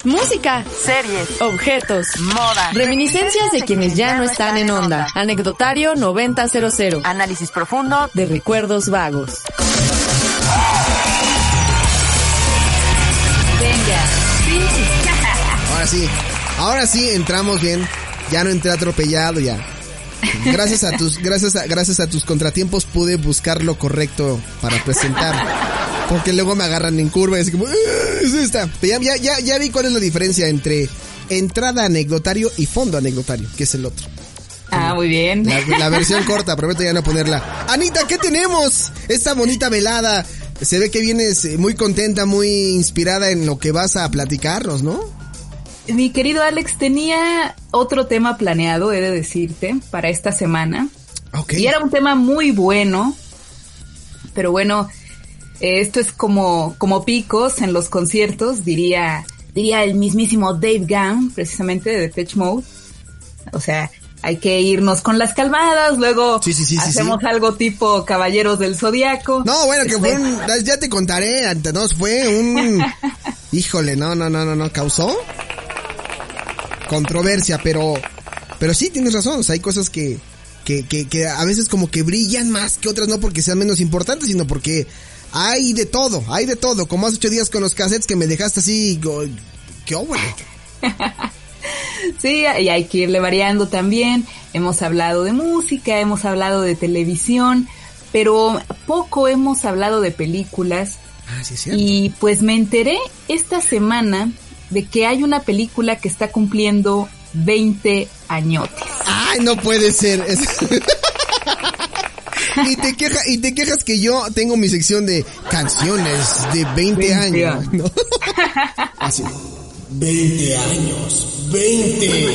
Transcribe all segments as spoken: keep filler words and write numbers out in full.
música, series, objetos, moda, reminiscencias de quienes ya no están en onda. Anecdotario noventa cero cero. Análisis profundo de recuerdos vagos. Venga, sí. Ahora sí, ahora sí entramos bien. Ya no entré atropellado ya. Gracias a tus, gracias a, gracias a tus contratiempos pude buscar lo correcto para presentar. Porque luego me agarran en curva y así como, es esta. Ya, ya, ya, ya vi cuál es la diferencia entre entrada anecdotario y fondo anecdotario, que es el otro. Ah, muy bien. La, la versión corta, prometo ya no ponerla. Anita, ¿qué tenemos? Esta bonita velada. Se ve que vienes muy contenta, muy inspirada en lo que vas a platicarnos, ¿no? Mi querido Alex, tenía otro tema planeado, he de decirte, para esta semana. Okay. Y era un tema muy bueno, pero bueno, eh, esto es como, como picos en los conciertos, diría, diría el mismísimo Dave Gahan, precisamente de Depeche Mode. O sea, hay que irnos con las calmadas, luego sí, sí, sí, hacemos sí, sí. algo tipo Caballeros del Zodiaco. No, bueno, que fue un, ya te contaré, no, fue un, híjole, no, no, no, no, no, causó controversia, pero, pero sí tienes razón, o sea, hay cosas que, que, que, que a veces como que brillan más que otras, no porque sean menos importantes, sino porque hay de todo, hay de todo, como hace ocho días con los cassettes que me dejaste así, ¿qué óvole? Sí, y hay que irle variando también. Hemos hablado de música, hemos hablado de televisión, pero poco hemos hablado de películas. Ah, sí, es cierto. Y pues me enteré esta semana de que hay una película que está cumpliendo veinte añotes. ¡Ay, no puede ser! y te queja, y te quejas que yo tengo mi sección de canciones de veinte años, ¿no? Así. veinte años, veinte.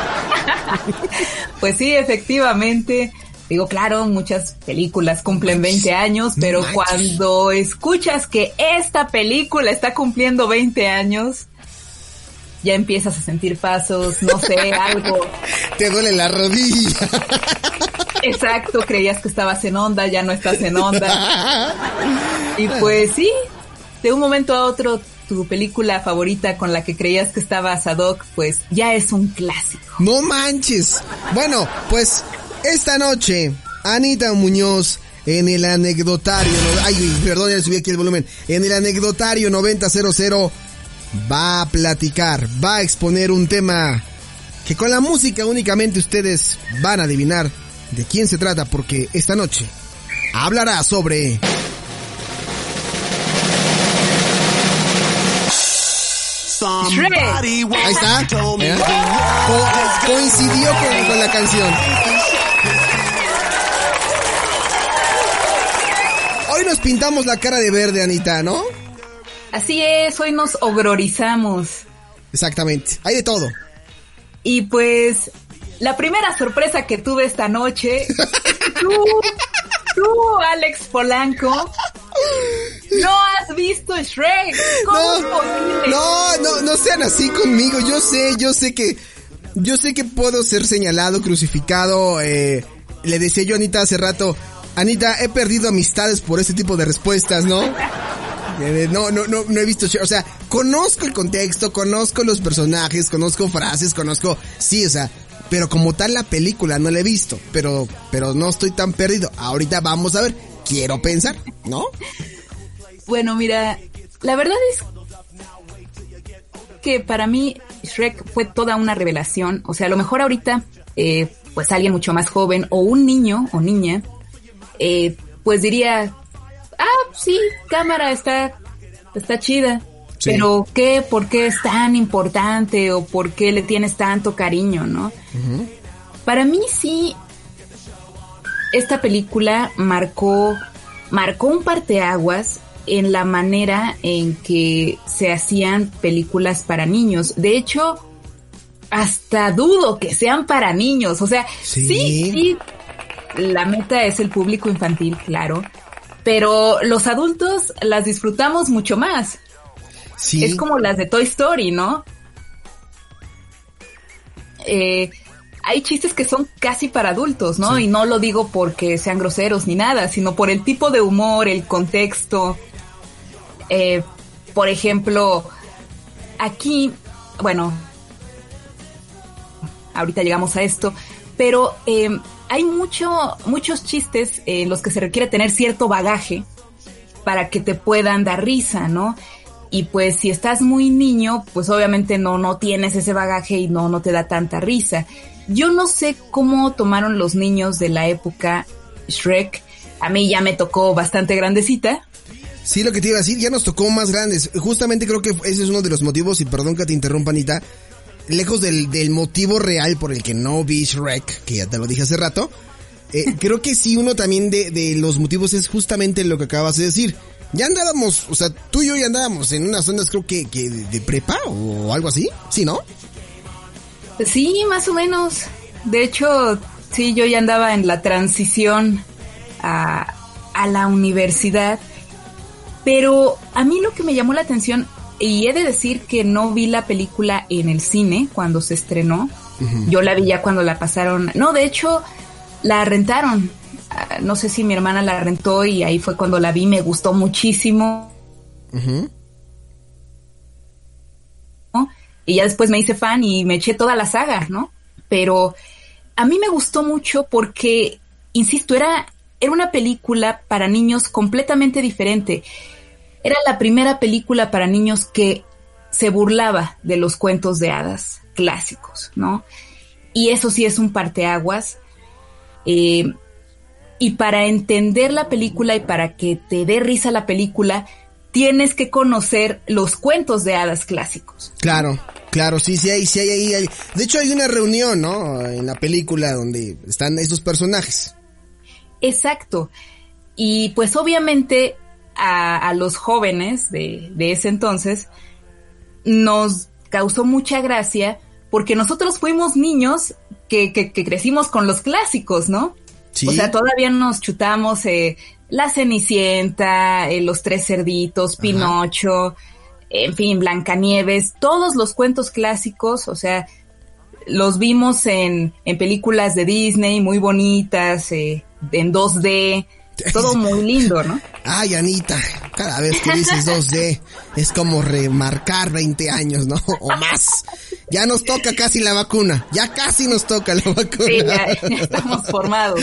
Pues sí, efectivamente. Digo, claro, muchas películas cumplen veinte años, pero no cuando escuchas que esta película está cumpliendo veinte años, ya empiezas a sentir pasos, no sé, algo. Te duele la rodilla. Exacto, creías que estabas en onda, ya no estás en onda. Y pues sí, de un momento a otro, tu película favorita con la que creías que estabas ad hoc, pues ya es un clásico. No manches. Bueno, pues esta noche, Anita Muñoz en el anecdotario, ay, perdón, ya le subí aquí el volumen, en el anecdotario noventa cero cero va a platicar, va a exponer un tema que con la música únicamente ustedes van a adivinar de quién se trata, porque esta noche hablará sobre Shrek. Ahí está. Co- coincidió con, con la canción. Hoy nos pintamos la cara de verde, Anita, ¿no? Así es, hoy nos horrorizamos. Exactamente, hay de todo. Y pues, la primera sorpresa que tuve esta noche, tú, tú, Alex Polanco, no has visto Shrek. ¿Cómo No, es posible? no, no, no sean así conmigo. Yo sé, yo sé que, yo sé que puedo ser señalado, crucificado. Eh, le decía yo a Anita hace rato, Anita, he perdido amistades por este tipo de respuestas, ¿no? No, no, no, no he visto, o sea, conozco el contexto, conozco los personajes, conozco frases, conozco, sí, o sea, pero como tal la película no la he visto, pero, pero no estoy tan perdido. Ahorita vamos a ver, quiero pensar, ¿no? Bueno, mira, la verdad es que para mí Shrek fue toda una revelación. O sea, a lo mejor ahorita, eh, pues alguien mucho más joven o un niño o niña, eh, pues diría, ah, sí, cámara, está, está chida. Sí. Pero ¿qué? ¿Por qué es tan importante? ¿O por qué le tienes tanto cariño, no? Uh-huh. Para mí sí, esta película marcó, marcó un parteaguas en la manera en que se hacían películas para niños. De hecho, hasta dudo que sean para niños. O sea, sí, sí, sí la meta es el público infantil, claro, pero los adultos las disfrutamos mucho más. Sí. Es como las de Toy Story, ¿no? Eh, hay chistes que son casi para adultos, ¿no? Sí. Y no lo digo porque sean groseros ni nada, sino por el tipo de humor, el contexto. Eh, por ejemplo, aquí bueno, ahorita llegamos a esto, pero eh, hay mucho, muchos chistes en los que se requiere tener cierto bagaje para que te puedan dar risa, ¿no? Y pues si estás muy niño, pues obviamente no, no tienes ese bagaje y no, no te da tanta risa. Yo no sé cómo tomaron los niños de la época Shrek. A mí ya me tocó bastante grandecita. Sí, lo que te iba a decir, ya nos tocó más grandes. Justamente creo que ese es uno de los motivos, y perdón que te interrumpa, Anita, lejos del, del motivo real por el que no vi Shrek, que ya te lo dije hace rato, eh, creo que sí, uno también de, de los motivos es justamente lo que acabas de decir. Ya andábamos, o sea, tú y yo ya andábamos en unas ondas, creo que, que de, de prepa o algo así, ¿sí, no? Sí, más o menos. De hecho, sí, yo ya andaba en la transición a, a la universidad. Pero a mí lo que me llamó la atención, y he de decir que no vi la película en el cine cuando se estrenó. Uh-huh. Yo la vi ya cuando la pasaron. No, de hecho, la rentaron. No sé si mi hermana la rentó y ahí fue cuando la vi, me gustó muchísimo. Uh-huh. Y ya después me hice fan y me eché toda la saga, ¿no? Pero a mí me gustó mucho porque, insisto, era, era una película para niños completamente diferente. Era la primera película para niños que se burlaba de los cuentos de hadas clásicos, ¿no? Y eso sí es un parteaguas. Eh... Y para entender la película y para que te dé risa la película, tienes que conocer los cuentos de hadas clásicos. Claro, claro, sí, sí hay, sí hay, hay, hay. De hecho hay una reunión, ¿no? En la película donde están esos personajes. Exacto. Y pues obviamente a, a los jóvenes de, de ese entonces nos causó mucha gracia porque nosotros fuimos niños que, que, que crecimos con los clásicos, ¿no? ¿Sí? O sea, todavía nos chutamos eh, La Cenicienta, eh, Los Tres Cerditos, Pinocho, ajá, en fin, Blancanieves, todos los cuentos clásicos, o sea, los vimos en, en películas de Disney muy bonitas, eh, en dos D, todo muy lindo, ¿no? Ay, Anita, cada vez que dices dos D es como remarcar veinte años, ¿no? O más. Ya nos toca casi la vacuna. Ya casi nos toca la vacuna. Sí, ya, ya estamos formados.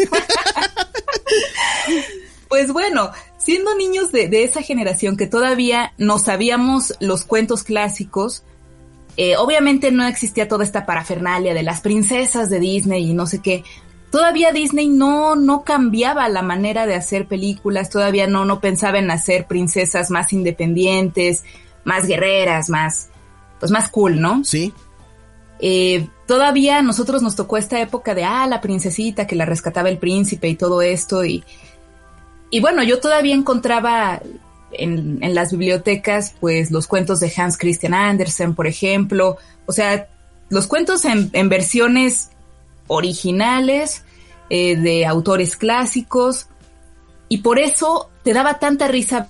Pues bueno, siendo niños de, de esa generación que todavía no sabíamos los cuentos clásicos, eh, obviamente no existía toda esta parafernalia de las princesas de Disney y no sé qué. Todavía Disney no, no cambiaba la manera de hacer películas, todavía no, no pensaba en hacer princesas más independientes, más guerreras, más, pues más cool, ¿no? Sí. Eh, todavía a nosotros nos tocó esta época de, ah, la princesita que la rescataba el príncipe y todo esto, y, y bueno, yo todavía encontraba en, en las bibliotecas, pues, los cuentos de Hans Christian Andersen, por ejemplo, o sea, los cuentos en, en versiones originales, eh, de autores clásicos, y por eso te daba tanta risa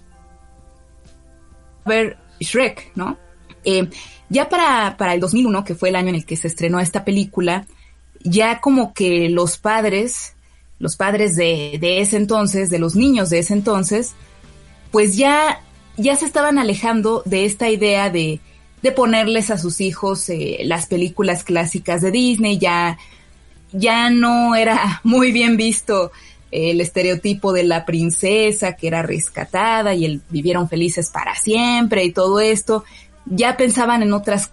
ver Shrek, ¿no? Eh, ya para, para el dos mil uno, que fue el año en el que se estrenó esta película, ya como que los padres, los padres de, de ese entonces, de los niños de ese entonces, pues ya, ya se estaban alejando de esta idea de, de ponerles a sus hijos eh, las películas clásicas de Disney. Ya ya no era muy bien visto eh, el estereotipo de la princesa que era rescatada y el vivieron felices para siempre y todo esto. Ya pensaban en otras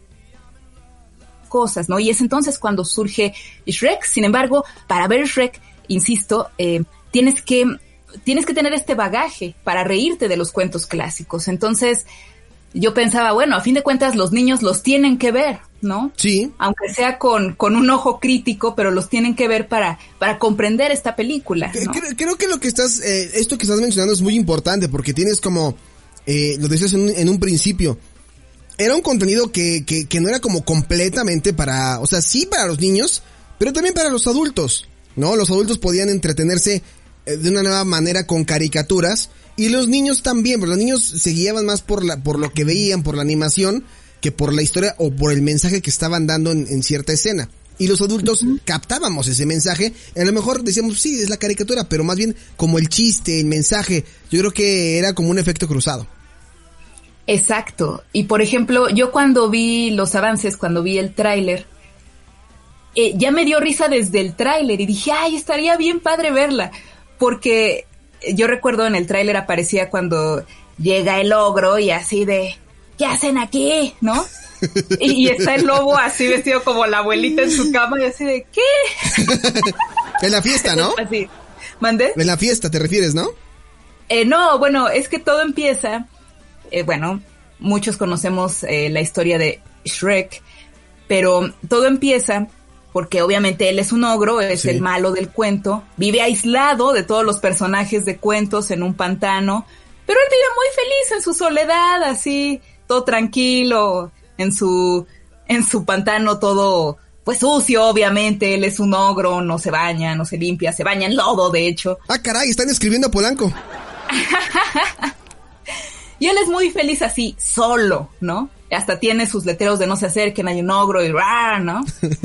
cosas, ¿no? Y es entonces cuando surge Shrek. Sin embargo, para ver Shrek, insisto, eh, tienes que tienes que tener este bagaje para reírte de los cuentos clásicos. Entonces, yo pensaba, bueno, a fin de cuentas los niños los tienen que ver, ¿no? Sí. Aunque sea con, con un ojo crítico, pero los tienen que ver para, para comprender esta película, ¿no? Creo, creo que lo que estás, eh, esto que estás mencionando es muy importante porque tienes como, eh, lo decías en un, en un principio, era un contenido que, que, que no era como completamente para, o sea, sí para los niños, pero también para los adultos, ¿no? Los adultos podían entretenerse eh, de una nueva manera con caricaturas. Y los niños también, pero los niños se guiaban más por la, por lo que veían, por la animación, que por la historia o por el mensaje que estaban dando en, en cierta escena. Y los adultos uh-huh. captábamos ese mensaje, a lo mejor decíamos, sí, es la caricatura, pero más bien como el chiste, el mensaje, yo creo que era como un efecto cruzado. Exacto. Y por ejemplo, yo cuando vi los avances, cuando vi el tráiler, eh, ya me dio risa desde el tráiler y dije, ay, estaría bien padre verla. Porque yo recuerdo en el tráiler aparecía cuando llega el ogro y así de, ¿qué hacen aquí? ¿No? Y, y está el lobo así vestido como la abuelita en su cama y así de, ¿qué? En la fiesta, ¿no? Así. ¿Mandé? En la fiesta te refieres, ¿no? Eh, no, bueno, es que todo empieza, eh, bueno, muchos conocemos eh, la historia de Shrek, pero todo empieza porque obviamente él es un ogro, es sí. el malo del cuento, vive aislado de todos los personajes de cuentos en un pantano, pero él vive muy feliz en su soledad, así, todo tranquilo, en su, en su pantano todo, pues sucio, obviamente, él es un ogro, no se baña, no se limpia, se baña en lodo, de hecho. Ah, caray, están escribiendo a Polanco. Y él es muy feliz así, solo, ¿no? Hasta tiene sus letreros de no se acerquen, hay un ogro y ¡rar!, ¿no?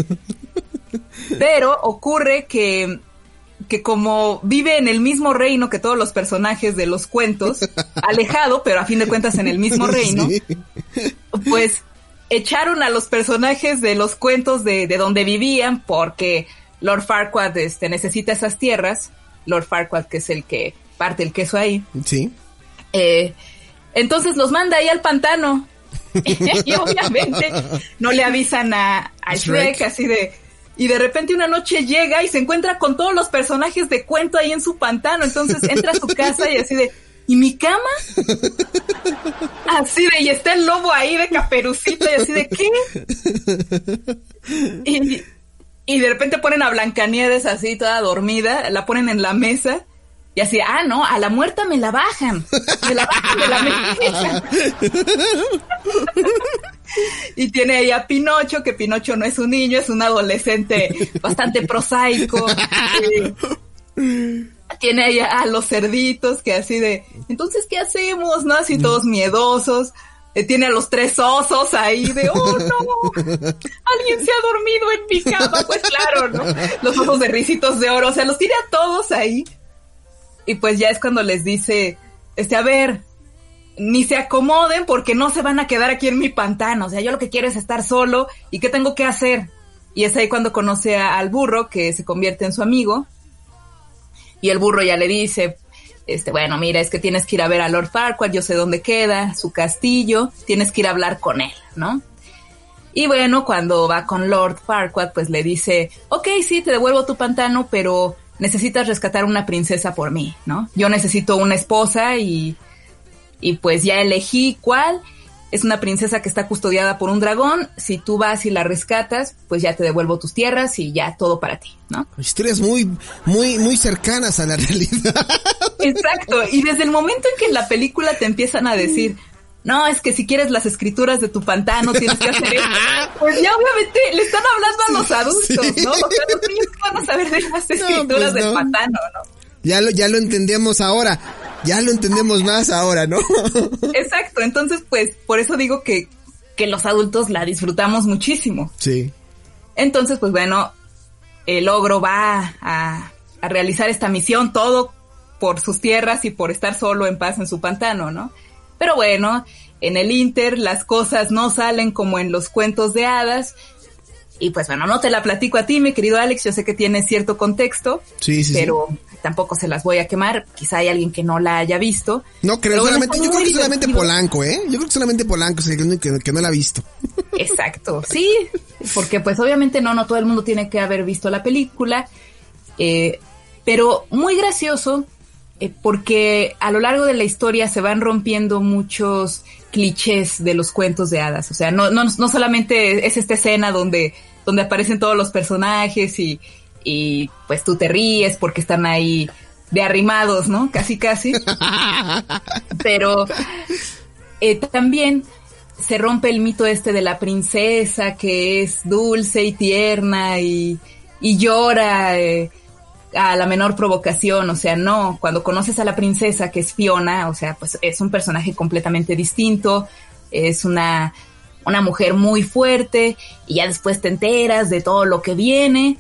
Pero ocurre que, que como vive en el mismo reino que todos los personajes de los cuentos, alejado, pero a fin de cuentas en el mismo reino, sí. pues echaron a los personajes de los cuentos de, de donde vivían porque Lord Farquaad este, necesita esas tierras. Lord Farquaad, que es el que parte el queso ahí. Sí. Eh, entonces los manda ahí al pantano. Y obviamente no le avisan a, a Shrek, Shrek así de... Y de repente una noche llega y se encuentra con todos los personajes de cuento ahí en su pantano. Entonces entra a su casa y así de... ¿Y mi cama? Así de... Y está el lobo ahí de Caperucita y así de... ¿Qué? Y, y de repente ponen a Blancanieves así toda dormida. La ponen en la mesa. Y así, ah, no, a la muerta me la bajan. Me la bajan de la mesa. Y tiene ahí a Pinocho, que Pinocho no es un niño, es un adolescente bastante prosaico. Y tiene ahí a los cerditos, que así de, entonces, ¿qué hacemos? ¿No? Así todos miedosos. Eh, tiene a los tres osos ahí de, oh, no, alguien se ha dormido en mi cama. Pues claro, ¿no? Los osos de ricitos de oro, o sea, los tiene a todos ahí. Y pues ya es cuando les dice, este, a ver, ni se acomoden porque no se van a quedar aquí en mi pantano. O sea, yo lo que quiero es estar solo. ¿Y qué tengo que hacer? Y es ahí cuando conoce a, al burro, que se convierte en su amigo. Y el burro ya le dice, este, bueno, mira, es que tienes que ir a ver a Lord Farquaad, yo sé dónde queda, su castillo, tienes que ir a hablar con él, ¿no? Y bueno, cuando va con Lord Farquaad, pues le dice, ok, sí, te devuelvo tu pantano, pero... necesitas rescatar una princesa por mí, ¿no? Yo necesito una esposa y, y pues ya elegí cuál. Es una princesa que está custodiada por un dragón. Si tú vas y la rescatas, pues ya te devuelvo tus tierras y ya todo para ti, ¿no? Historias muy, muy, muy cercanas a la realidad. Exacto. Y desde el momento en que en la película te empiezan a decir... no, es que si quieres las escrituras de tu pantano tienes que hacer eso. Pues ya obviamente le están hablando a los adultos, sí. ¿no? O sea, los niños van a saber de las escrituras no, pues del no. pantano, ¿no? Ya lo, ya lo entendemos ahora. Ya lo entendemos más ahora, ¿no? Exacto. Entonces, pues, por eso digo que, que los adultos la disfrutamos muchísimo. Sí. Entonces, pues bueno, el ogro va a, a realizar esta misión, todo por sus tierras y por estar solo en paz en su pantano, ¿no? Pero bueno, en el Inter las cosas no salen como en los cuentos de hadas. Y pues bueno, no te la platico a ti, mi querido Alex, yo sé que tiene cierto contexto. Sí, sí, pero sí. tampoco se las voy a quemar. Quizá hay alguien que no la haya visto. No creo, pero solamente, bueno, yo creo que solamente divertido. Polanco, ¿eh? Yo creo que solamente Polanco es el que, que no la ha visto. Exacto, sí, porque pues obviamente no, no todo el mundo tiene que haber visto la película. Eh, pero muy gracioso. Eh, porque a lo largo de la historia se van rompiendo muchos clichés de los cuentos de hadas. O sea, no, no, no solamente es esta escena donde, donde aparecen todos los personajes y, y pues tú te ríes porque están ahí de arrimados, ¿no? Casi, casi. Pero eh, también se rompe el mito este de la princesa que es dulce y tierna y, y llora... Eh, a la menor provocación, o sea, no, cuando conoces a la princesa que es Fiona, o sea, pues es un personaje completamente distinto, es una, una mujer muy fuerte y ya después te enteras de todo lo que viene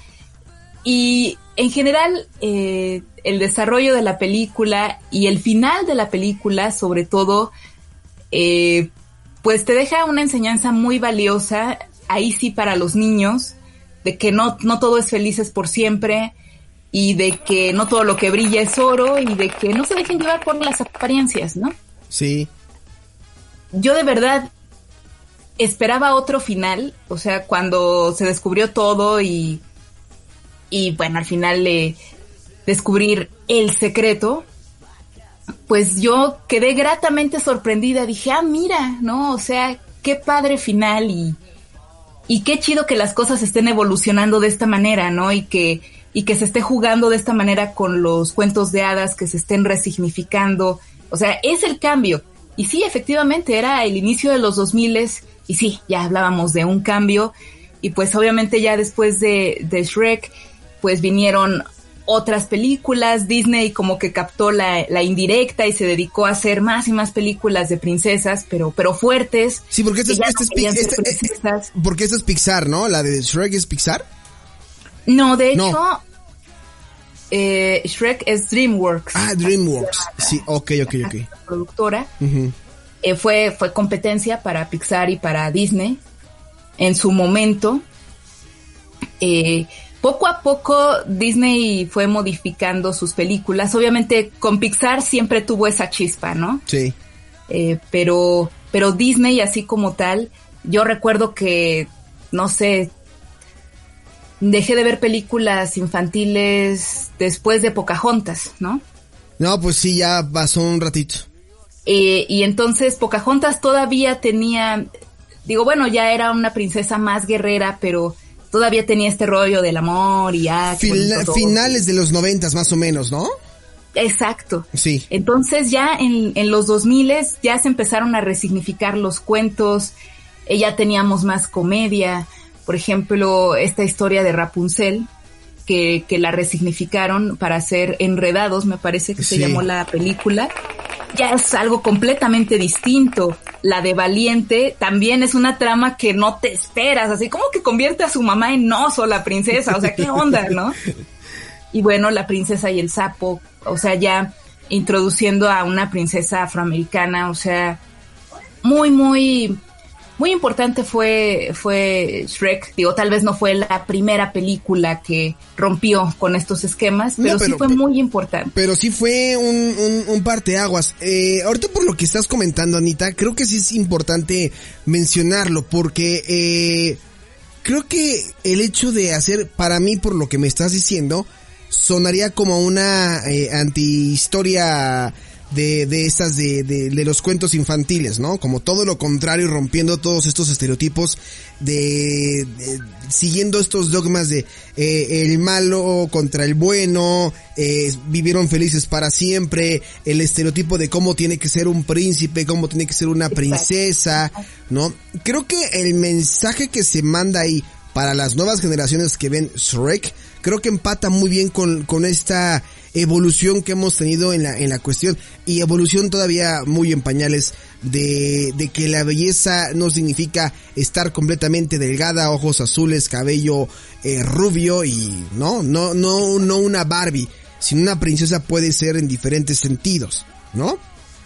y en general eh, el desarrollo de la película y el final de la película sobre todo eh, pues te deja una enseñanza muy valiosa, ahí sí para los niños, de que no, no todo es felices por siempre, y de que no todo lo que brilla es oro, y de que no se dejen llevar por las apariencias, ¿no? Sí. Yo de verdad esperaba otro final, o sea, cuando se descubrió todo y, y bueno, al final le descubrir el secreto, pues yo quedé gratamente sorprendida, dije, ah, mira, ¿no? O sea, qué padre final y, y qué chido que las cosas estén evolucionando de esta manera, ¿no? Y que, y que se esté jugando de esta manera con los cuentos de hadas, que se estén resignificando, o sea, es el cambio. Y sí, efectivamente, era el inicio de los dos miles, y sí, ya hablábamos de un cambio, y pues obviamente ya después de, de Shrek, pues vinieron otras películas. Disney como que captó la, la indirecta y se dedicó a hacer más y más películas de princesas, pero pero fuertes. Sí, porque este es, este es, no este, este, porque este es Pixar, ¿no? La de Shrek es Pixar. No, de hecho, no. Eh, Shrek es DreamWorks. Ah, DreamWorks. Sí, ok, ok, ok. La productora. Uh-huh. Eh, fue, fue competencia para Pixar y para Disney en su momento. Eh, poco a poco Disney fue modificando sus películas. Obviamente con Pixar siempre tuvo esa chispa, ¿no? Sí. Eh, pero, pero Disney así como tal, yo recuerdo que, no sé, dejé de ver películas infantiles después de Pocahontas, ¿no? No, pues sí, ya pasó un ratito. Eh, y entonces Pocahontas todavía tenía, digo, bueno, ya era una princesa más guerrera, pero todavía tenía este rollo del amor y ah, Fina, finales de los noventas más o menos, ¿no? Exacto. Sí. Entonces ya en, en los dos miles ya se empezaron a resignificar los cuentos, eh, ya teníamos más comedia. Por ejemplo, esta historia de Rapunzel, que, que la resignificaron para hacer Enredados, me parece que sí. se llamó la película. Ya es algo completamente distinto. La de Valiente también es una trama que no te esperas, así como que convierte a su mamá en oso, la princesa, o sea, ¿qué onda, no? Y bueno, La princesa y el sapo, o sea, ya introduciendo a una princesa afroamericana, o sea, muy, muy... Muy importante fue fue Shrek. Digo, tal vez no fue la primera película que rompió con estos esquemas, pero, no, pero sí fue muy importante. Pero sí fue un, un, un parteaguas. Eh, ahorita por lo que estás comentando, Anita, creo que sí es importante mencionarlo, porque eh, creo que el hecho de hacer, para mí, por lo que me estás diciendo, sonaría como una eh, antihistoria de, de estas de, de, de los cuentos infantiles, ¿no? Como todo lo contrario, rompiendo todos estos estereotipos de, de siguiendo estos dogmas de eh, el malo contra el bueno, eh, vivieron felices para siempre, el estereotipo de cómo tiene que ser un príncipe, cómo tiene que ser una princesa, ¿no? Creo que el mensaje que se manda ahí para las nuevas generaciones que ven Shrek, creo que empata muy bien con, con esta evolución que hemos tenido en la, en la cuestión, y evolución todavía muy en pañales de, de que la belleza no significa estar completamente delgada, ojos azules, cabello eh, rubio y no, no, no, no una Barbie, sino una princesa puede ser en diferentes sentidos, ¿no?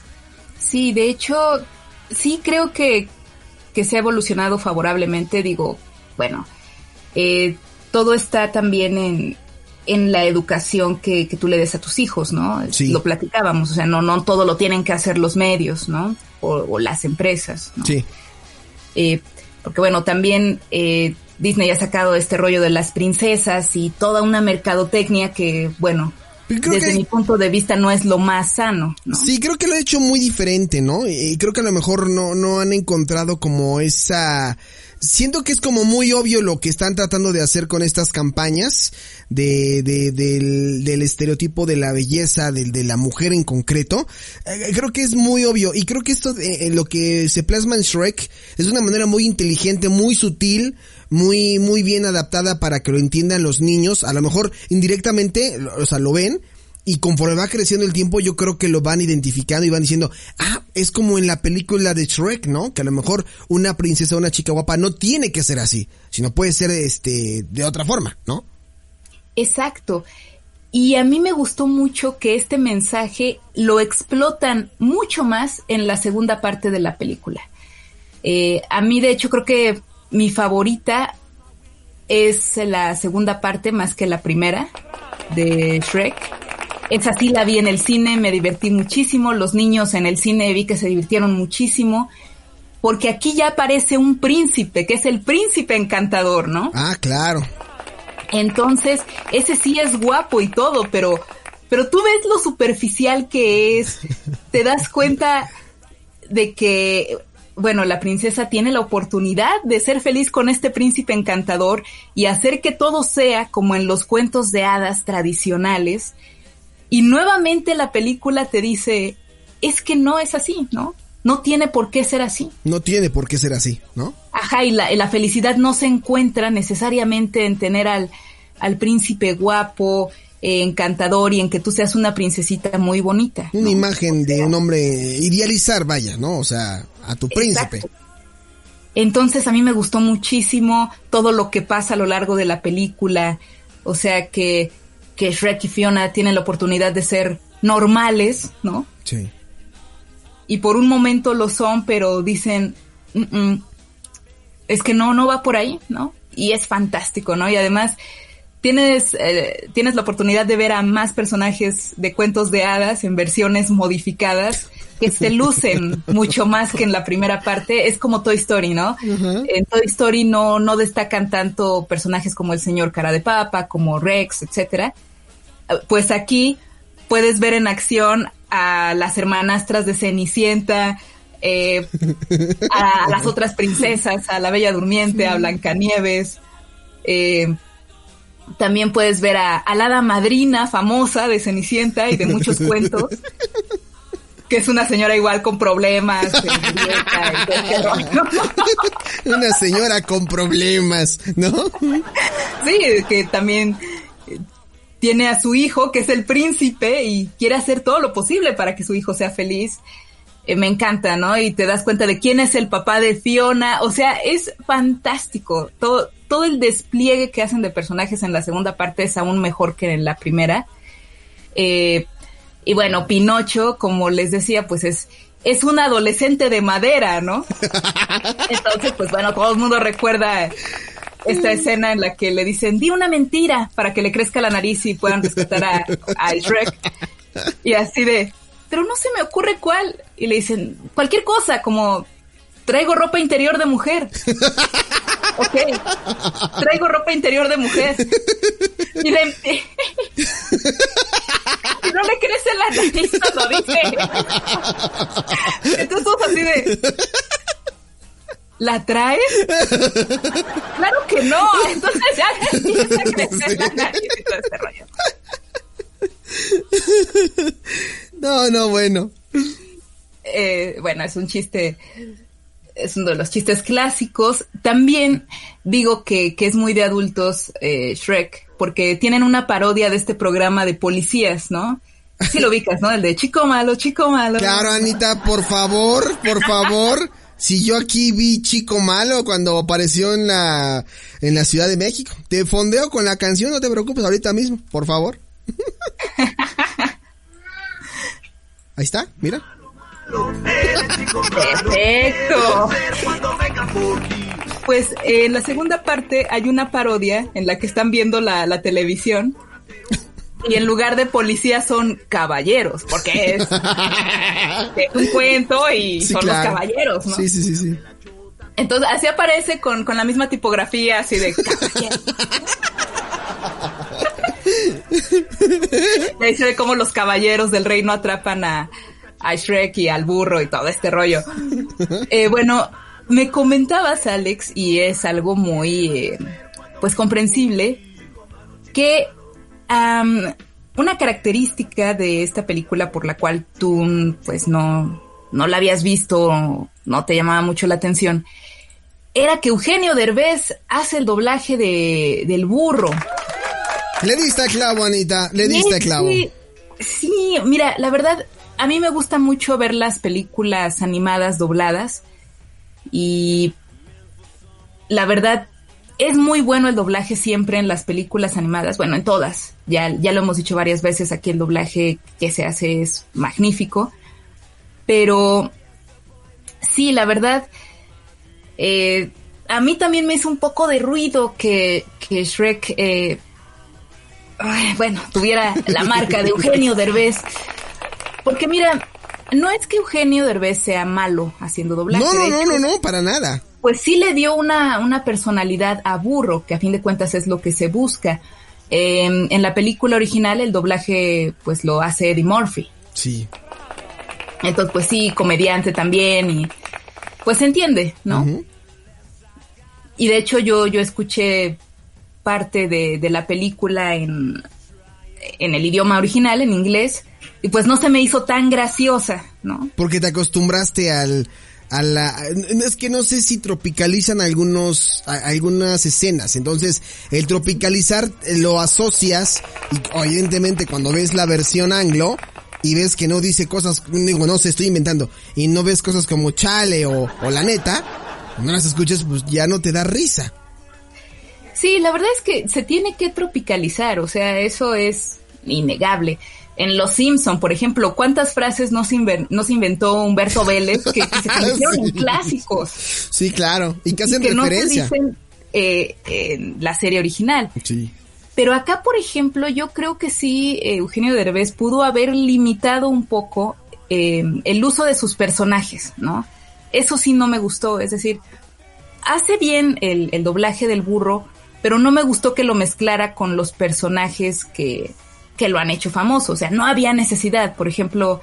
Sí, de hecho, sí creo que, que se ha evolucionado favorablemente, digo, bueno, eh, todo está también en, en la educación que, que tú le des a tus hijos, ¿no? Sí. Lo platicábamos, o sea, no, no todo lo tienen que hacer los medios, ¿no? O, o las empresas, ¿no? Sí. Eh, porque bueno, también eh, Disney ha sacado este rollo de las princesas y toda una mercadotecnia que, bueno, creo desde que, mi punto de vista no es lo más sano, ¿no? Sí, creo que lo he hecho muy diferente, ¿no? Y creo que a lo mejor no, no han encontrado como esa... Siento que es como muy obvio lo que están tratando de hacer con estas campañas de, de, del, del estereotipo de la belleza, de, de la mujer en concreto. Eh, creo que es muy obvio, y creo que esto, eh, lo que se plasma en Shrek es de una manera muy inteligente, muy sutil, muy, muy bien adaptada para que lo entiendan los niños. A lo mejor indirectamente, o sea, lo ven. Y conforme va creciendo el tiempo, yo creo que lo van identificando y van diciendo, ah, es como en la película de Shrek, ¿no? Que a lo mejor una princesa o una chica guapa no tiene que ser así, sino puede ser este de otra forma, ¿no? Exacto. Y a mí me gustó mucho que este mensaje lo explotan mucho más en la segunda parte de la película. Eh, a mí, de hecho, creo que mi favorita es la segunda parte más que la primera de Shrek. Esa sí la vi en el cine, me divertí muchísimo. Los niños en el cine vi que se divirtieron muchísimo. Porque aquí ya aparece un príncipe, que es el príncipe encantador, ¿no? Ah, claro. Entonces, ese sí es guapo y todo, pero, pero tú ves lo superficial que es. Te das cuenta de que, bueno, la princesa tiene la oportunidad de ser feliz con este príncipe encantador y hacer que todo sea como en los cuentos de hadas tradicionales. Y nuevamente la película te dice, es que no es así, ¿no? No tiene por qué ser así. No tiene por qué ser así, ¿no? Ajá, y la, la felicidad no se encuentra necesariamente en tener al, al príncipe guapo, eh, encantador y en que tú seas una princesita muy bonita, ¿no? Una imagen de un hombre, idealizar, vaya, ¿no? O sea, a tu príncipe. Exacto. Entonces a mí me gustó muchísimo todo lo que pasa a lo largo de la película. O sea, que, que Shrek y Fiona tienen la oportunidad de ser normales, ¿no? Sí. Y por un momento lo son, pero dicen, mm-mm, es que no, no va por ahí, ¿no? Y es fantástico, ¿no? Y además tienes, eh, tienes la oportunidad de ver a más personajes de cuentos de hadas en versiones modificadas que se lucen mucho más que en la primera parte. Es como Toy Story, ¿no? Uh-huh. En Toy Story no, no destacan tanto personajes como el señor Cara de Papa, como Rex, etcétera. Pues aquí puedes ver en acción a las hermanastras de Cenicienta, eh, a, a las otras princesas, a la Bella Durmiente, a Blancanieves. Eh, también puedes ver a, a la hada madrina famosa de Cenicienta y de muchos cuentos, que es una señora igual con problemas. Eh, dieta y todo ese rollo. Una señora con problemas, ¿no? Sí, que también tiene a su hijo, que es el príncipe, y quiere hacer todo lo posible para que su hijo sea feliz. Eh, me encanta, ¿no? Y te das cuenta de quién es el papá de Fiona. O sea, es fantástico. Todo, todo el despliegue que hacen de personajes en la segunda parte es aún mejor que en la primera. Eh, y bueno, Pinocho, como les decía, pues es, es un adolescente de madera, ¿no? Entonces, pues bueno, todo el mundo recuerda esta escena en la que le dicen, di una mentira para que le crezca la nariz y puedan rescatar a, a Shrek. Y así de, pero no se me ocurre cuál. Y le dicen, cualquier cosa, como, traigo ropa interior de mujer. Ok, traigo ropa interior de mujer. Y le... y no le crece la nariz cuando dice. Entonces todos así de... ¿La traes? Claro que no. Entonces ya le empieza a crecer la nariz y todo ese rollo. No, no, bueno. Eh, bueno, es un chiste, es uno de los chistes clásicos. También digo que, que es muy de adultos eh, Shrek, porque tienen una parodia de este programa de policías, ¿no? Sí lo ubicas, ¿no? El de Chico Malo, Chico Malo. Claro, Anita, por favor, por favor. Si yo aquí vi Chico Malo cuando apareció en la en la Ciudad de México. Te fondeo con la canción, no te preocupes, ahorita mismo, por favor. Ahí está, mira. Perfecto. Pues eh, en la segunda parte hay una parodia en la que están viendo la, la televisión y en lugar de policías son caballeros, porque es, es un cuento y sí, son claro. Los caballeros, ¿no? Sí, sí, sí, sí. Entonces así aparece con, con la misma tipografía así de caballeros. Y ahí se ve cómo los caballeros del reino atrapan a, a Shrek y al burro y todo este rollo. Eh, bueno, me comentabas, Alex, y es algo muy, eh, pues, comprensible, que um, una característica de esta película por la cual tú, pues, no, no la habías visto, no te llamaba mucho la atención, era que Eugenio Derbez hace el doblaje de, del burro. Le diste el clavo, Anita, le diste el clavo. Sí, sí, mira, la verdad, a mí me gusta mucho ver las películas animadas dobladas y la verdad, es muy bueno el doblaje siempre en las películas animadas, bueno, en todas, ya, ya lo hemos dicho varias veces, aquí el doblaje que se hace es magnífico, pero sí, la verdad, eh, a mí también me hizo un poco de ruido que, que Shrek, eh, ay, bueno, tuviera la marca de Eugenio Derbez, porque mira, no es que Eugenio Derbez sea malo haciendo doblaje. No, no, de no, hecho, no, no, para nada. Pues sí le dio una, una personalidad a Burro, que a fin de cuentas es lo que se busca. Eh, en la película original el doblaje pues lo hace Eddie Murphy. Sí. Entonces pues sí, comediante también y pues se entiende, ¿no? Uh-huh. Y de hecho yo, yo escuché parte de, de la película en, en el idioma original, en inglés, y pues no se me hizo tan graciosa, ¿no? Porque te acostumbraste al... a la, es que no sé si tropicalizan algunos, a, algunas escenas, entonces el tropicalizar lo asocias, y evidentemente cuando ves la versión anglo, y ves que no dice cosas, digo, no sé, estoy inventando, y no ves cosas como chale o, o la neta, no las escuchas, pues ya no te da risa. Sí, la verdad es que se tiene que tropicalizar, o sea, eso es innegable. En Los Simpson, por ejemplo, ¿cuántas frases no se, inven- no se inventó Humberto Vélez que, que se convirtieron sí. en clásicos? Sí, claro, y que hacen y que referencia. No se dicen eh, en la serie original. Sí. Pero acá, por ejemplo, yo creo que sí, eh, Eugenio Derbez pudo haber limitado un poco eh, el uso de sus personajes, ¿no? Eso sí no me gustó, es decir, hace bien el, el doblaje del burro, pero no me gustó que lo mezclara con los personajes que... que lo han hecho famoso, o sea, no había necesidad. Por ejemplo,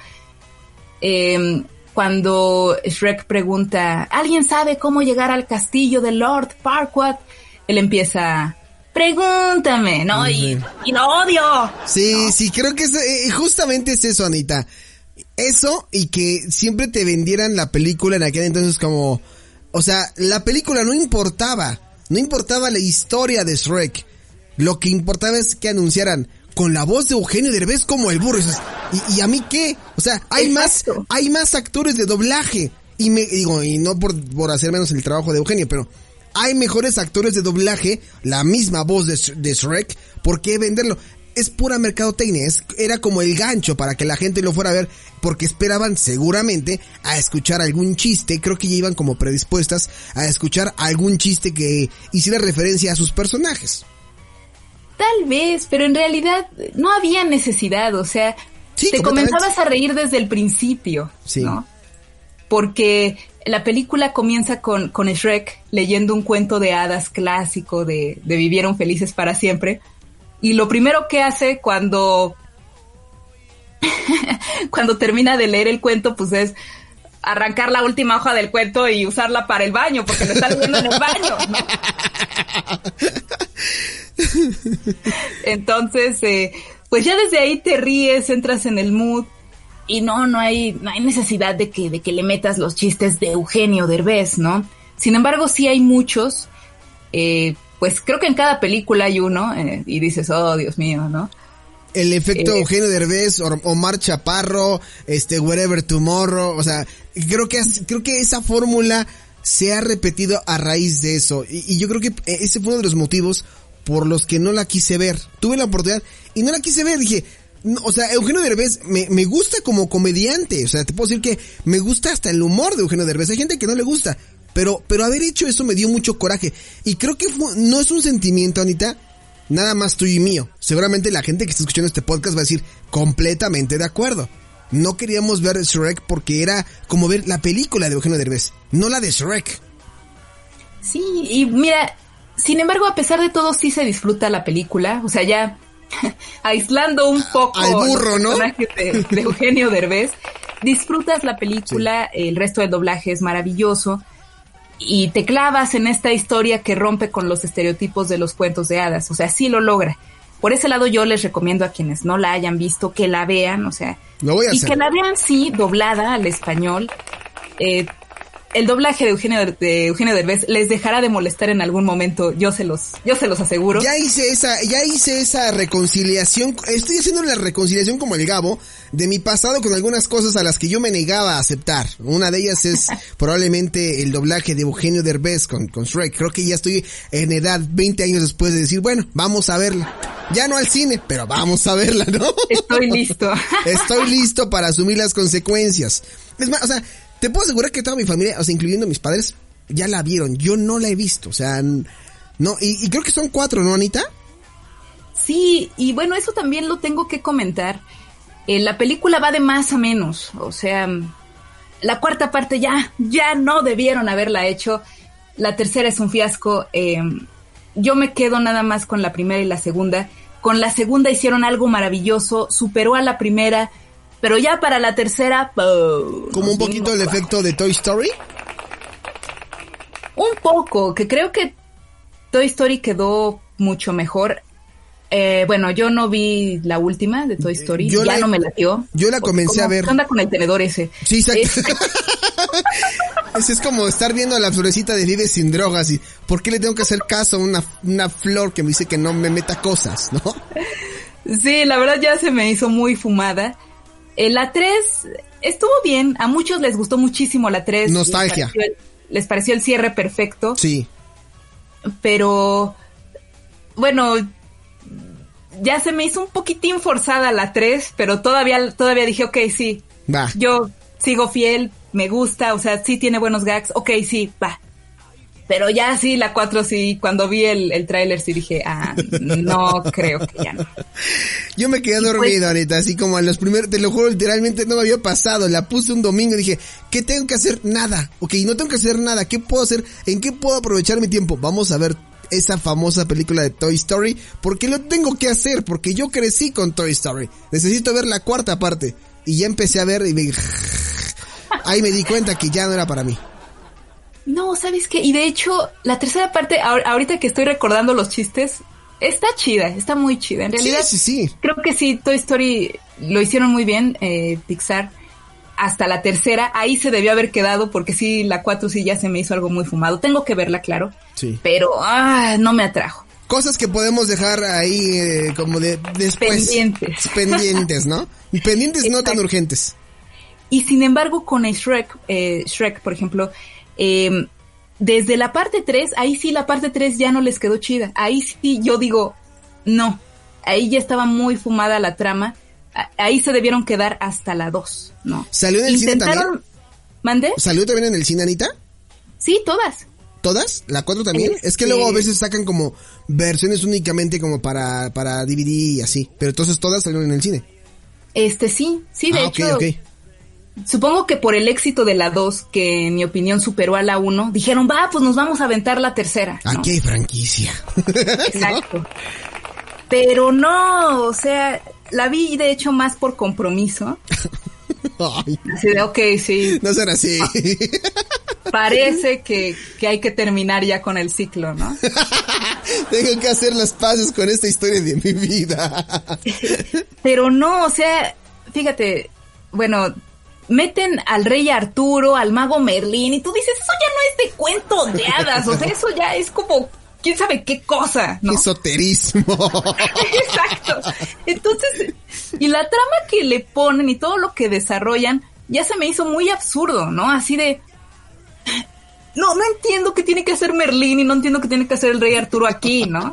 eh, cuando Shrek pregunta, ¿alguien sabe cómo llegar al castillo de Lord Farquaad? Él empieza, pregúntame, ¿no? Uh-huh. Y, y lo odio. Sí, ¿no? sí, creo que es, eh, justamente es eso, Anita. Eso y que siempre te vendieran la película en aquel entonces como, o sea, la película no importaba, no importaba la historia de Shrek. Lo que importaba es que anunciaran con la voz de Eugenio Derbez como el burro. ¿Y, y a mí qué? O sea, hay Exacto. más, hay más actores de doblaje. Y me digo, y no por, por hacer menos el trabajo de Eugenio, pero hay mejores actores de doblaje, la misma voz de, de Shrek, ¿por qué venderlo? Es pura mercadotecnia, es, era como el gancho para que la gente lo fuera a ver, porque esperaban seguramente a escuchar algún chiste, creo que ya iban como predispuestas a escuchar algún chiste que hiciera referencia a sus personajes. Tal vez, pero en realidad no había necesidad, o sea, sí, te comenzabas a reír desde el principio, sí. ¿no? Porque la película comienza con, con Shrek leyendo un cuento de hadas clásico de, de Vivieron felices para siempre, y lo primero que hace cuando, cuando termina de leer el cuento, pues es arrancar la última hoja del cuento y usarla para el baño, porque lo está leyendo en el baño, ¿no? Entonces, eh, pues ya desde ahí te ríes, entras en el mood y no, no hay, no hay necesidad de que, de que le metas los chistes de Eugenio Derbez, ¿no? Sin embargo, sí hay muchos, eh, pues creo que en cada película hay uno eh, y dices, oh, Dios mío, ¿no? El efecto eh, Eugenio Derbez, Omar Chaparro, este, Wherever Tomorrow, o sea, creo que, creo que esa fórmula se ha repetido a raíz de eso y, y yo creo que ese fue uno de los motivos por los que no la quise ver. Tuve la oportunidad y no la quise ver. Dije, no, o sea, Eugenio Derbez me, me gusta como comediante. O sea, te puedo decir que me gusta hasta el humor de Eugenio Derbez. Hay gente que no le gusta. Pero, pero haber hecho eso me dio mucho coraje. Y creo que fue, no es un sentimiento, Anita, nada más tuyo y mío. Seguramente la gente que está escuchando este podcast va a decir completamente de acuerdo. No queríamos ver Shrek porque era como ver la película de Eugenio Derbez, no la de Shrek. Sí, y mira... Sin embargo, a pesar de todo, sí se disfruta la película. O sea, ya aislando un poco al burro, ¿no? De, de Eugenio Derbez, disfrutas la película, sí. El resto del doblaje es maravilloso y te clavas en esta historia que rompe con los estereotipos de los cuentos de hadas. O sea, sí lo logra. Por ese lado yo les recomiendo a quienes no la hayan visto que la vean, o sea, lo voy a y hacer. Que la vean sí doblada al español. Eh, el doblaje de Eugenio, de Eugenio Derbez les dejará de molestar en algún momento, yo se los, yo se los aseguro. Ya hice esa, ya hice esa reconciliación, estoy haciendo la reconciliación como el Gabo, de mi pasado con algunas cosas a las que yo me negaba a aceptar. Una de ellas es probablemente el doblaje de Eugenio Derbez con, con Shrek. Creo que ya estoy en edad, veinte años después de decir, bueno, vamos a verla. Ya no al cine, pero vamos a verla, ¿no? Estoy listo. Estoy listo para asumir las consecuencias. Es más, o sea, te puedo asegurar que toda mi familia, o sea, incluyendo mis padres, ya la vieron. Yo no la he visto, o sea, no, y, y creo que son cuatro, ¿no, Anita? Sí, y bueno, eso también lo tengo que comentar. Eh, la película va de más a menos, o sea, la cuarta parte ya, ya no debieron haberla hecho. La tercera es un fiasco. Eh, yo me quedo nada más con la primera y la segunda. Con la segunda hicieron algo maravilloso, superó a la primera. Pero ya para la tercera... Oh, ¿como un poquito el efecto de Toy Story? Un poco, que creo que Toy Story quedó mucho mejor. Eh, bueno, yo no vi la última de Toy Story, yo ya la, no me latió. Yo la comencé a ver. ¿Qué onda con el tenedor ese? Sí, exacto. Ese es como estar viendo a la florecita de Vive sin drogas y ¿por qué le tengo que hacer caso a una, una flor que me dice que no me meta cosas, no? Sí, la verdad ya se me hizo muy fumada. Eh, la tres estuvo bien, a muchos les gustó muchísimo la tres. Nostalgia. Les pareció, el, les pareció el cierre perfecto. Sí. Pero, bueno, ya se me hizo un poquitín forzada la tres, pero todavía, todavía dije, ok, sí. Va. Yo sigo fiel, me gusta, o sea, sí tiene buenos gags, ok, sí, va. Pero ya sí, la cuatro sí, cuando vi el, el tráiler sí dije, ah, no creo que ya no. Yo me quedé dormido, pues, ahorita, así como a los primeros, te lo juro, literalmente no me había pasado, la puse un domingo y dije, ¿qué tengo que hacer? Nada, ok, no tengo que hacer nada, ¿qué puedo hacer? ¿En qué puedo aprovechar mi tiempo? Vamos a ver esa famosa película de Toy Story, porque lo tengo que hacer, porque yo crecí con Toy Story, necesito ver la cuarta parte, y ya empecé a ver y me... ahí me di cuenta que ya no era para mí. No, ¿sabes qué? Y de hecho, la tercera parte, ahorita que estoy recordando los chistes, está chida, está muy chida. En realidad, sí, sí, sí. Creo que sí, Toy Story lo hicieron muy bien, eh, Pixar. Hasta la tercera, ahí se debió haber quedado, porque sí, la cuatro sí ya se me hizo algo muy fumado. Tengo que verla, claro. Sí. Pero, ah, no me atrajo. Cosas que podemos dejar ahí, eh, como de después. Pendientes. Pendientes, ¿no? Pendientes no tan urgentes. Y sin embargo, con Shrek, eh, Shrek, por ejemplo... Eh, desde la parte tres, ahí sí la parte tres ya no les quedó chida. Ahí sí yo digo, no. Ahí ya estaba muy fumada la trama. Ahí se debieron quedar hasta la dos, ¿no? ¿Salió en el Intentaron... cine también? ¿Mande? ¿Salió también en el cine, Anita? Sí, todas. ¿Todas? ¿La cuatro también? Este... Es que luego a veces sacan como versiones únicamente como para, para D V D y así. Pero entonces todas salieron en el cine. Este sí, sí, de ah, hecho... Okay, okay. Supongo que por el éxito de la dos, que en mi opinión superó a la uno, dijeron, va, pues nos vamos a aventar la tercera, ¿no? Aquí hay franquicia. Exacto. ¿No? Pero no, o sea, la vi de hecho más por compromiso. Ay. Así de, ok, sí. No será así. Parece que, que hay que terminar ya con el ciclo, ¿no? Tengo que hacer las paces con esta historia de mi vida. Pero no, o sea, fíjate, bueno... Meten al rey Arturo, al mago Merlín, y tú dices, eso ya no es de cuento de hadas, o sea, eso ya es como, quién sabe qué cosa, ¿no? Esoterismo. Exacto. Entonces, y la trama que le ponen y todo lo que desarrollan, ya se me hizo muy absurdo, ¿no? Así de, no, no entiendo qué tiene que hacer Merlín y no entiendo qué tiene que hacer el rey Arturo aquí, ¿no?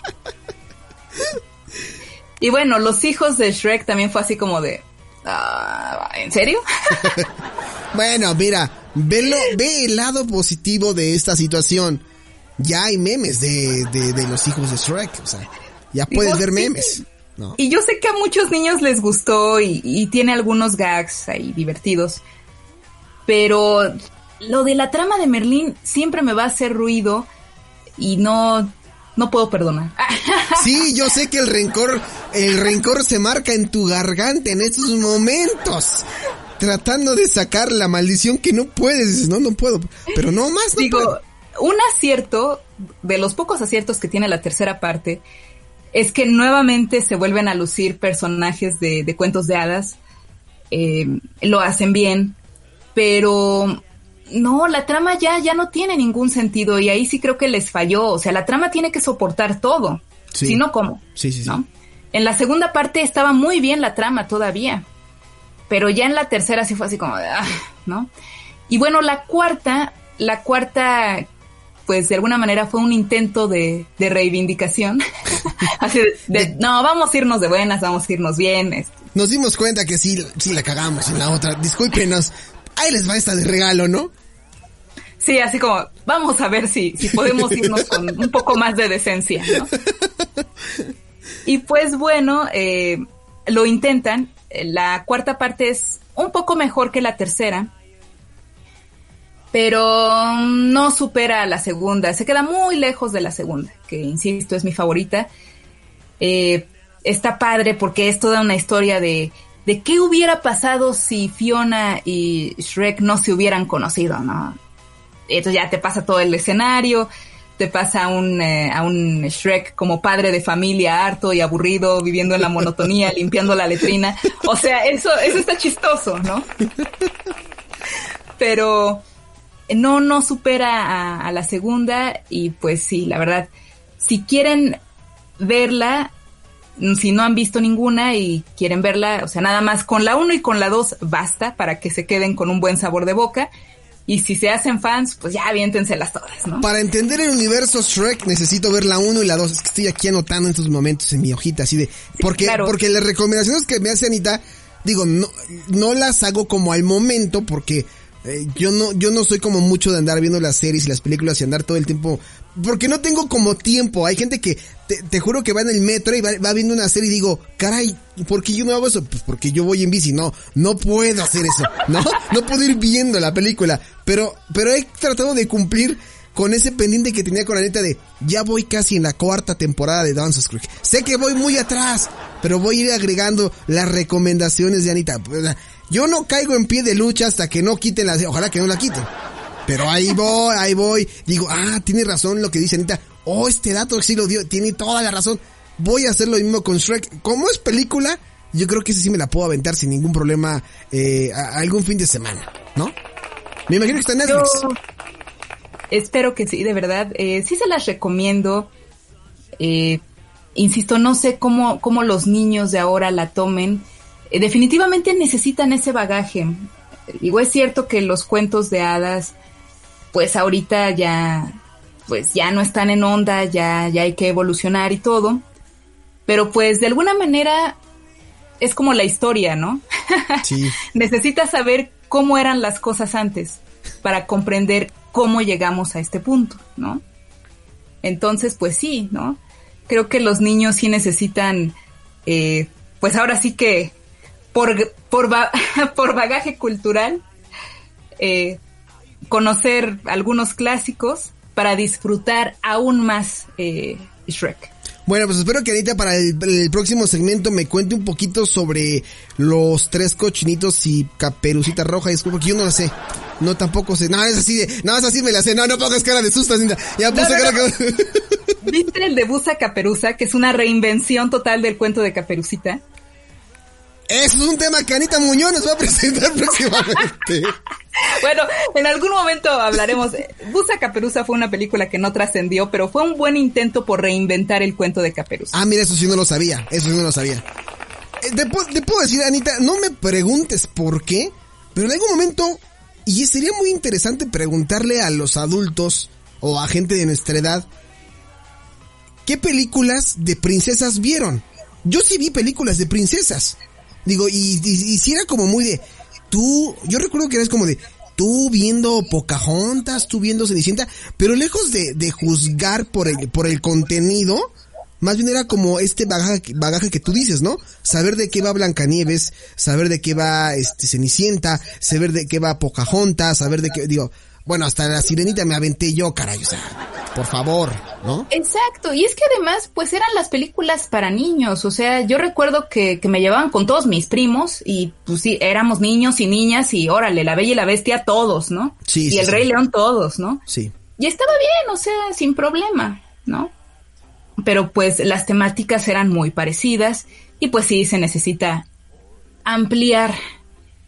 Y bueno, los hijos de Shrek también fue así como de... Uh, ¿en serio? Bueno, mira, velo, ve el lado positivo de esta situación. Ya hay memes de, de, de los hijos de Shrek, o sea, ya puedes Digo, ver memes. Sí. No. Y yo sé que a muchos niños les gustó y, y tiene algunos gags ahí divertidos, pero lo de la trama de Merlín siempre me va a hacer ruido y no... No puedo perdonar. Sí, yo sé que el rencor, el rencor se marca en tu garganta en estos momentos. Tratando de sacar la maldición que no puedes, no, no puedo. Pero no más, no Digo, puedo. Un acierto, de los pocos aciertos que tiene la tercera parte, es que nuevamente se vuelven a lucir personajes de, de cuentos de hadas. Eh, lo hacen bien, pero no, la trama ya, ya no tiene ningún sentido y ahí sí creo que les falló. O sea, la trama tiene que soportar todo. Sí. Si no, ¿cómo? Sí, sí, sí. ¿No? En la segunda parte estaba muy bien la trama todavía, pero ya en la tercera sí fue así como de, ah, ¿no? Y bueno, la cuarta, la cuarta, pues de alguna manera fue un intento de, de reivindicación. Así de, de, no, vamos a irnos de buenas, vamos a irnos bien. Este. Nos dimos cuenta que sí, sí la cagamos en la otra. Discúlpenos, ahí les va esta de regalo, ¿no? Sí, así como, vamos a ver si, si podemos irnos con un poco más de decencia, ¿no? Y pues bueno, eh, lo intentan. La cuarta parte es un poco mejor que la tercera, pero no supera a la segunda. Se queda muy lejos de la segunda, que insisto, es mi favorita. Eh, está padre porque es toda una historia de, de qué hubiera pasado si Fiona y Shrek no se hubieran conocido, ¿no? Entonces ya te pasa todo el escenario, te pasa a un, eh, a un Shrek como padre de familia harto y aburrido, viviendo en la monotonía, limpiando la letrina. O sea, eso, eso está chistoso, ¿no? Pero no, no supera a, a la segunda y pues sí, la verdad, si quieren verla, si no han visto ninguna y quieren verla, o sea, nada más con la uno y con la dos basta para que se queden con un buen sabor de boca. Y si se hacen fans, pues ya aviéntenselas todas, ¿no? Para entender el universo Shrek necesito ver la uno y la dos. Es que estoy aquí anotando en estos momentos en mi hojita, así de... Porque, sí, claro. Porque las recomendaciones que me hace Anita, digo, no, no las hago como al momento porque eh, yo no yo no soy como mucho de andar viendo las series y las películas y andar todo el tiempo... Porque no tengo como tiempo. Hay gente que, te, te juro que va en el metro y va, va viendo una serie y digo, caray, ¿por qué yo no hago eso? Pues porque yo voy en bici. No, no puedo hacer eso, ¿no? No puedo ir viendo la película. Pero, pero he tratado de cumplir con ese pendiente que tenía con la neta de, ya voy casi en la cuarta temporada de Dawson's Creek. Sé que voy muy atrás, pero voy a ir agregando las recomendaciones de Anita. Yo no caigo en pie de lucha hasta que no quiten la, ojalá que no la quiten. Pero ahí voy, ahí voy. Digo, ah, tiene razón lo que dice Anita. Oh, este dato sí lo dio, tiene toda la razón. Voy a hacer lo mismo con Shrek. Como es película, yo creo que esa sí me la puedo aventar sin ningún problema eh, a, a algún fin de semana, ¿no? Me imagino que está en Netflix. Yo espero que sí, de verdad. Eh, sí se las recomiendo. Eh, insisto, no sé cómo, cómo los niños de ahora la tomen. Eh, definitivamente necesitan ese bagaje. Digo, es cierto que los cuentos de hadas, pues ahorita ya, pues ya no están en onda, ya, ya hay que evolucionar y todo. Pero pues de alguna manera es como la historia, ¿no? Sí. Necesitas saber cómo eran las cosas antes para comprender cómo llegamos a este punto, ¿no? Entonces, pues sí, ¿no? Creo que los niños sí necesitan, eh, pues ahora sí que por, por, ba- por bagaje cultural, eh, conocer algunos clásicos para disfrutar aún más eh, Shrek. Bueno, pues espero que Anita para el, el próximo segmento me cuente un poquito sobre los tres cochinitos y Caperucita Roja. Disculpa, porque yo no lo sé. No, tampoco sé. No, es así de... No, es así me la sé. No, no pongas cara de susto, Anita. Ya puse no, no, cara no. que... ¿Viste el de Busa Caperuza? Que es una reinvención total del cuento de Caperucita. Eso es un tema que Anita Muñoz nos va a presentar próximamente. Bueno, en algún momento hablaremos. Busa Caperuza fue una película que no trascendió, pero fue un buen intento por reinventar el cuento de Caperuza. Ah, mira, eso sí no lo sabía, eso sí no lo sabía. Eh, te, te puedo decir, Anita, no me preguntes por qué, pero en algún momento, y sería muy interesante preguntarle a los adultos o a gente de nuestra edad, ¿qué películas de princesas vieron? Yo sí vi películas de princesas. Digo, y, y, y si era como muy de, tú, yo recuerdo que eras como de, tú viendo Pocahontas, tú viendo Cenicienta, pero lejos de, de juzgar por el, por el contenido, más bien era como este bagaje, bagaje que tú dices, ¿no? Saber de qué va Blancanieves, saber de qué va este Cenicienta, saber de qué va Pocahontas, saber de qué, digo, bueno, hasta la Sirenita me aventé yo, caray, o sea, por favor, ¿no? Exacto, y es que además, pues eran las películas para niños, o sea, yo recuerdo que, que me llevaban con todos mis primos, y pues sí, éramos niños y niñas, y órale, La Bella y la Bestia todos, ¿no? Sí, y sí, El sí. Rey León todos, ¿no? Sí. Y estaba bien, o sea, sin problema, ¿no? Pero pues las temáticas eran muy parecidas, y pues sí, se necesita ampliar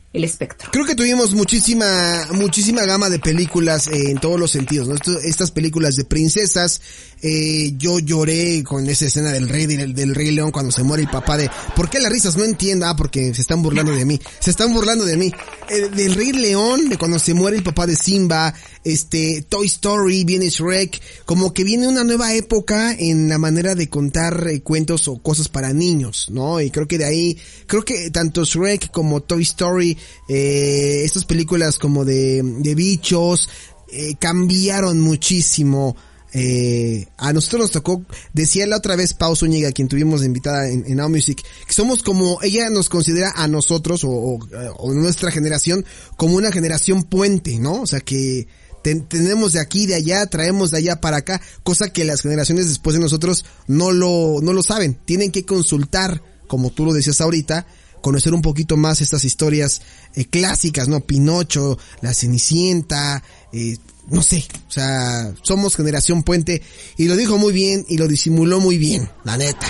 el espectro. Creo que tuvimos muchísima, muchísima gama de películas eh, en todos los sentidos, ¿no? Esto, estas películas de princesas, eh, yo lloré con esa escena del rey, del, del Rey León cuando se muere el papá de, ¿por qué las risas? No entiendo, ah, porque se están burlando de mí, se están burlando de mí, eh, del Rey León, de cuando se muere el papá de Simba, este, Toy Story, viene Shrek, como que viene una nueva época en la manera de contar eh, cuentos o cosas para niños, ¿no? Y creo que de ahí, creo que tanto Shrek como Toy Story, Eh, estas películas como de, de bichos, eh, cambiaron muchísimo. Eh, a nosotros nos tocó, decía la otra vez Pau Zúñiga, quien tuvimos de invitada en, en Now Music, que somos como, ella nos considera a nosotros o, o, o nuestra generación como una generación puente, ¿no? O sea que ten, tenemos de aquí, de allá, traemos de allá para acá, cosa que las generaciones después de nosotros no lo, no lo saben. Tienen que consultar, como tú lo decías ahorita, conocer un poquito más estas historias eh, clásicas, ¿no? Pinocho, La Cenicienta, eh, no sé, o sea, somos generación puente, y lo dijo muy bien y lo disimuló muy bien, la neta.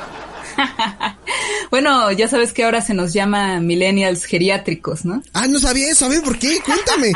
Bueno, ya sabes que ahora se nos llama millennials geriátricos, ¿no? Ah, no sabía eso, a ver, ¿por qué? Cuéntame.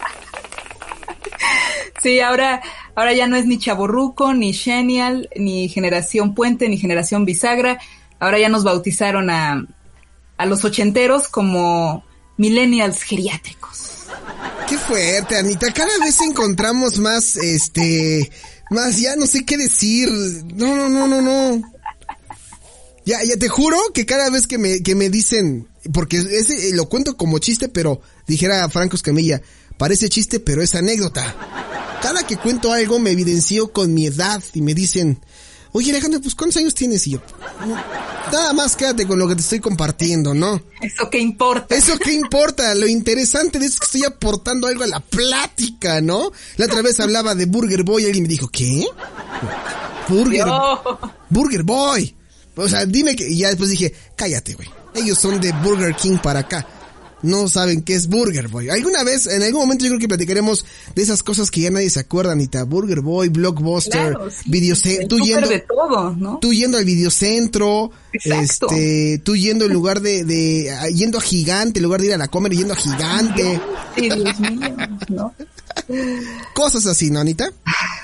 Sí, ahora, ahora ya no es ni chavorruco, ni genial, ni generación puente, ni generación bisagra, ahora ya nos bautizaron a a los ochenteros como millennials geriátricos. Qué fuerte, Anita. Cada vez encontramos más, este, más, ya no sé qué decir. No, no, no, no, no. Ya, ya te juro que cada vez que me, que me dicen, porque ese lo cuento como chiste, pero dijera Franco Escamilla, parece chiste, pero es anécdota. Cada que cuento algo me evidencio con mi edad y me dicen, oye, Alejandro, pues ¿cuántos años tienes? Y yo, nada más quédate con lo que te estoy compartiendo, ¿no? ¿Eso qué importa? ¿Eso qué importa? Lo interesante de eso es que estoy aportando algo a la plática, ¿no? La otra vez hablaba de Burger Boy y alguien me dijo, ¿qué? Burger, Burger Boy. O sea, dime que... Y ya después dije, cállate, güey. Ellos son de Burger King para acá. No saben qué es Burger Boy. Alguna vez, en algún momento yo creo que platicaremos de esas cosas que ya nadie se acuerda, Anita. Burger Boy, Blockbuster, claro, sí, Videocentro. Tú yendo, de todo, ¿no? Tú yendo al Videocentro. Exacto. Este, tú yendo en lugar de, de, yendo a Gigante, en lugar de ir a la Comer, yendo a Gigante. Sí, Dios mío, ¿no? Cosas así, ¿no, Anita?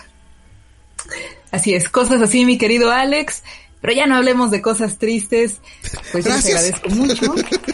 Así es, cosas así, mi querido Alex. Pero ya no hablemos de cosas tristes. Pues yo te agradezco mucho.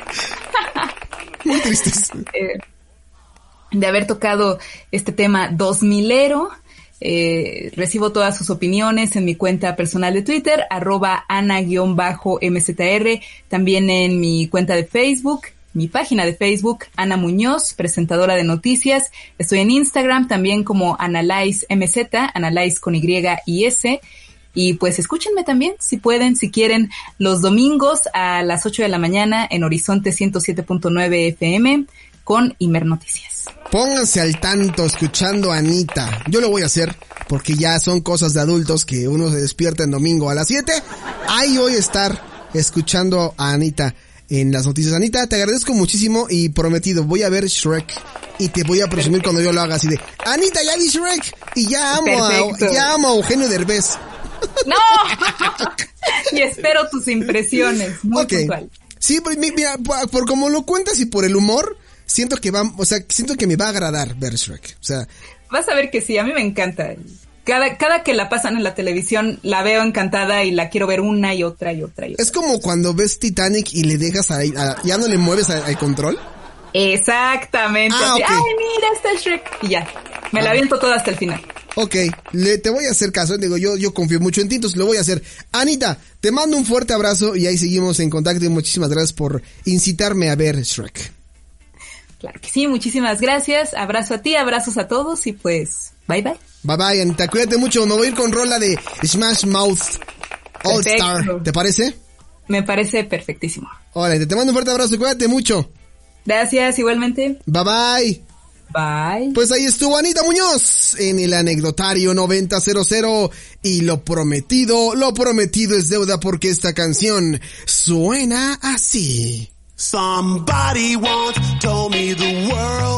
Muy tristes. Eh, de haber tocado este tema dos milero. Eh, recibo todas sus opiniones en mi cuenta personal de Twitter, arroba ana-mzr, también en mi cuenta de Facebook, mi página de Facebook, Ana Muñoz, presentadora de noticias. Estoy en Instagram también como AnalysMZ, Analyze con Y y S. Y pues escúchenme también, si pueden, si quieren, los domingos a las ocho de la mañana en Horizonte ciento siete punto nueve F M con Imer Noticias. Pónganse al tanto escuchando a Anita. Yo lo voy a hacer porque ya son cosas de adultos que uno se despierta en domingo a las siete. Ahí voy a estar escuchando a Anita en las noticias. Anita, te agradezco muchísimo y prometido, voy a ver Shrek y te voy a presumir cuando yo lo haga así de, Anita, ya vi Shrek y ya amo a, ya amo a Eugenio Derbez. ¡No! Y espero tus impresiones. Muy okay. puntual. Sí, mira, por, por como lo cuentas y por el humor, siento que va, o sea, siento que me va a agradar ver Shrek. O sea, vas a ver que sí, a mí me encanta. Cada, cada que la pasan en la televisión, la veo encantada y la quiero ver una y otra y otra y otra. Es como cuando ves Titanic y le dejas a, a ya no le mueves al control. Exactamente. Ah, okay. Ay, mira, está el Shrek. Y ya, me ah. la aviento toda hasta el final. Ok, le, te voy a hacer caso, digo, yo, yo confío mucho en ti, entonces lo voy a hacer. Anita, te mando un fuerte abrazo y ahí seguimos en contacto y muchísimas gracias por incitarme a ver Shrek. Claro que sí, muchísimas gracias, abrazo a ti, abrazos a todos y pues, bye bye. Bye bye, Anita, cuídate mucho, me voy a ir con rola de Smash Mouth All Perfecto. Star, ¿te parece? Me parece perfectísimo. Hola, te mando un fuerte abrazo, cuídate mucho. Gracias, igualmente. Bye bye. Bye. Pues ahí estuvo Anita Muñoz en el anecdotario noventa cero cero y lo prometido, lo prometido es deuda porque esta canción suena así. Somebody once told me the world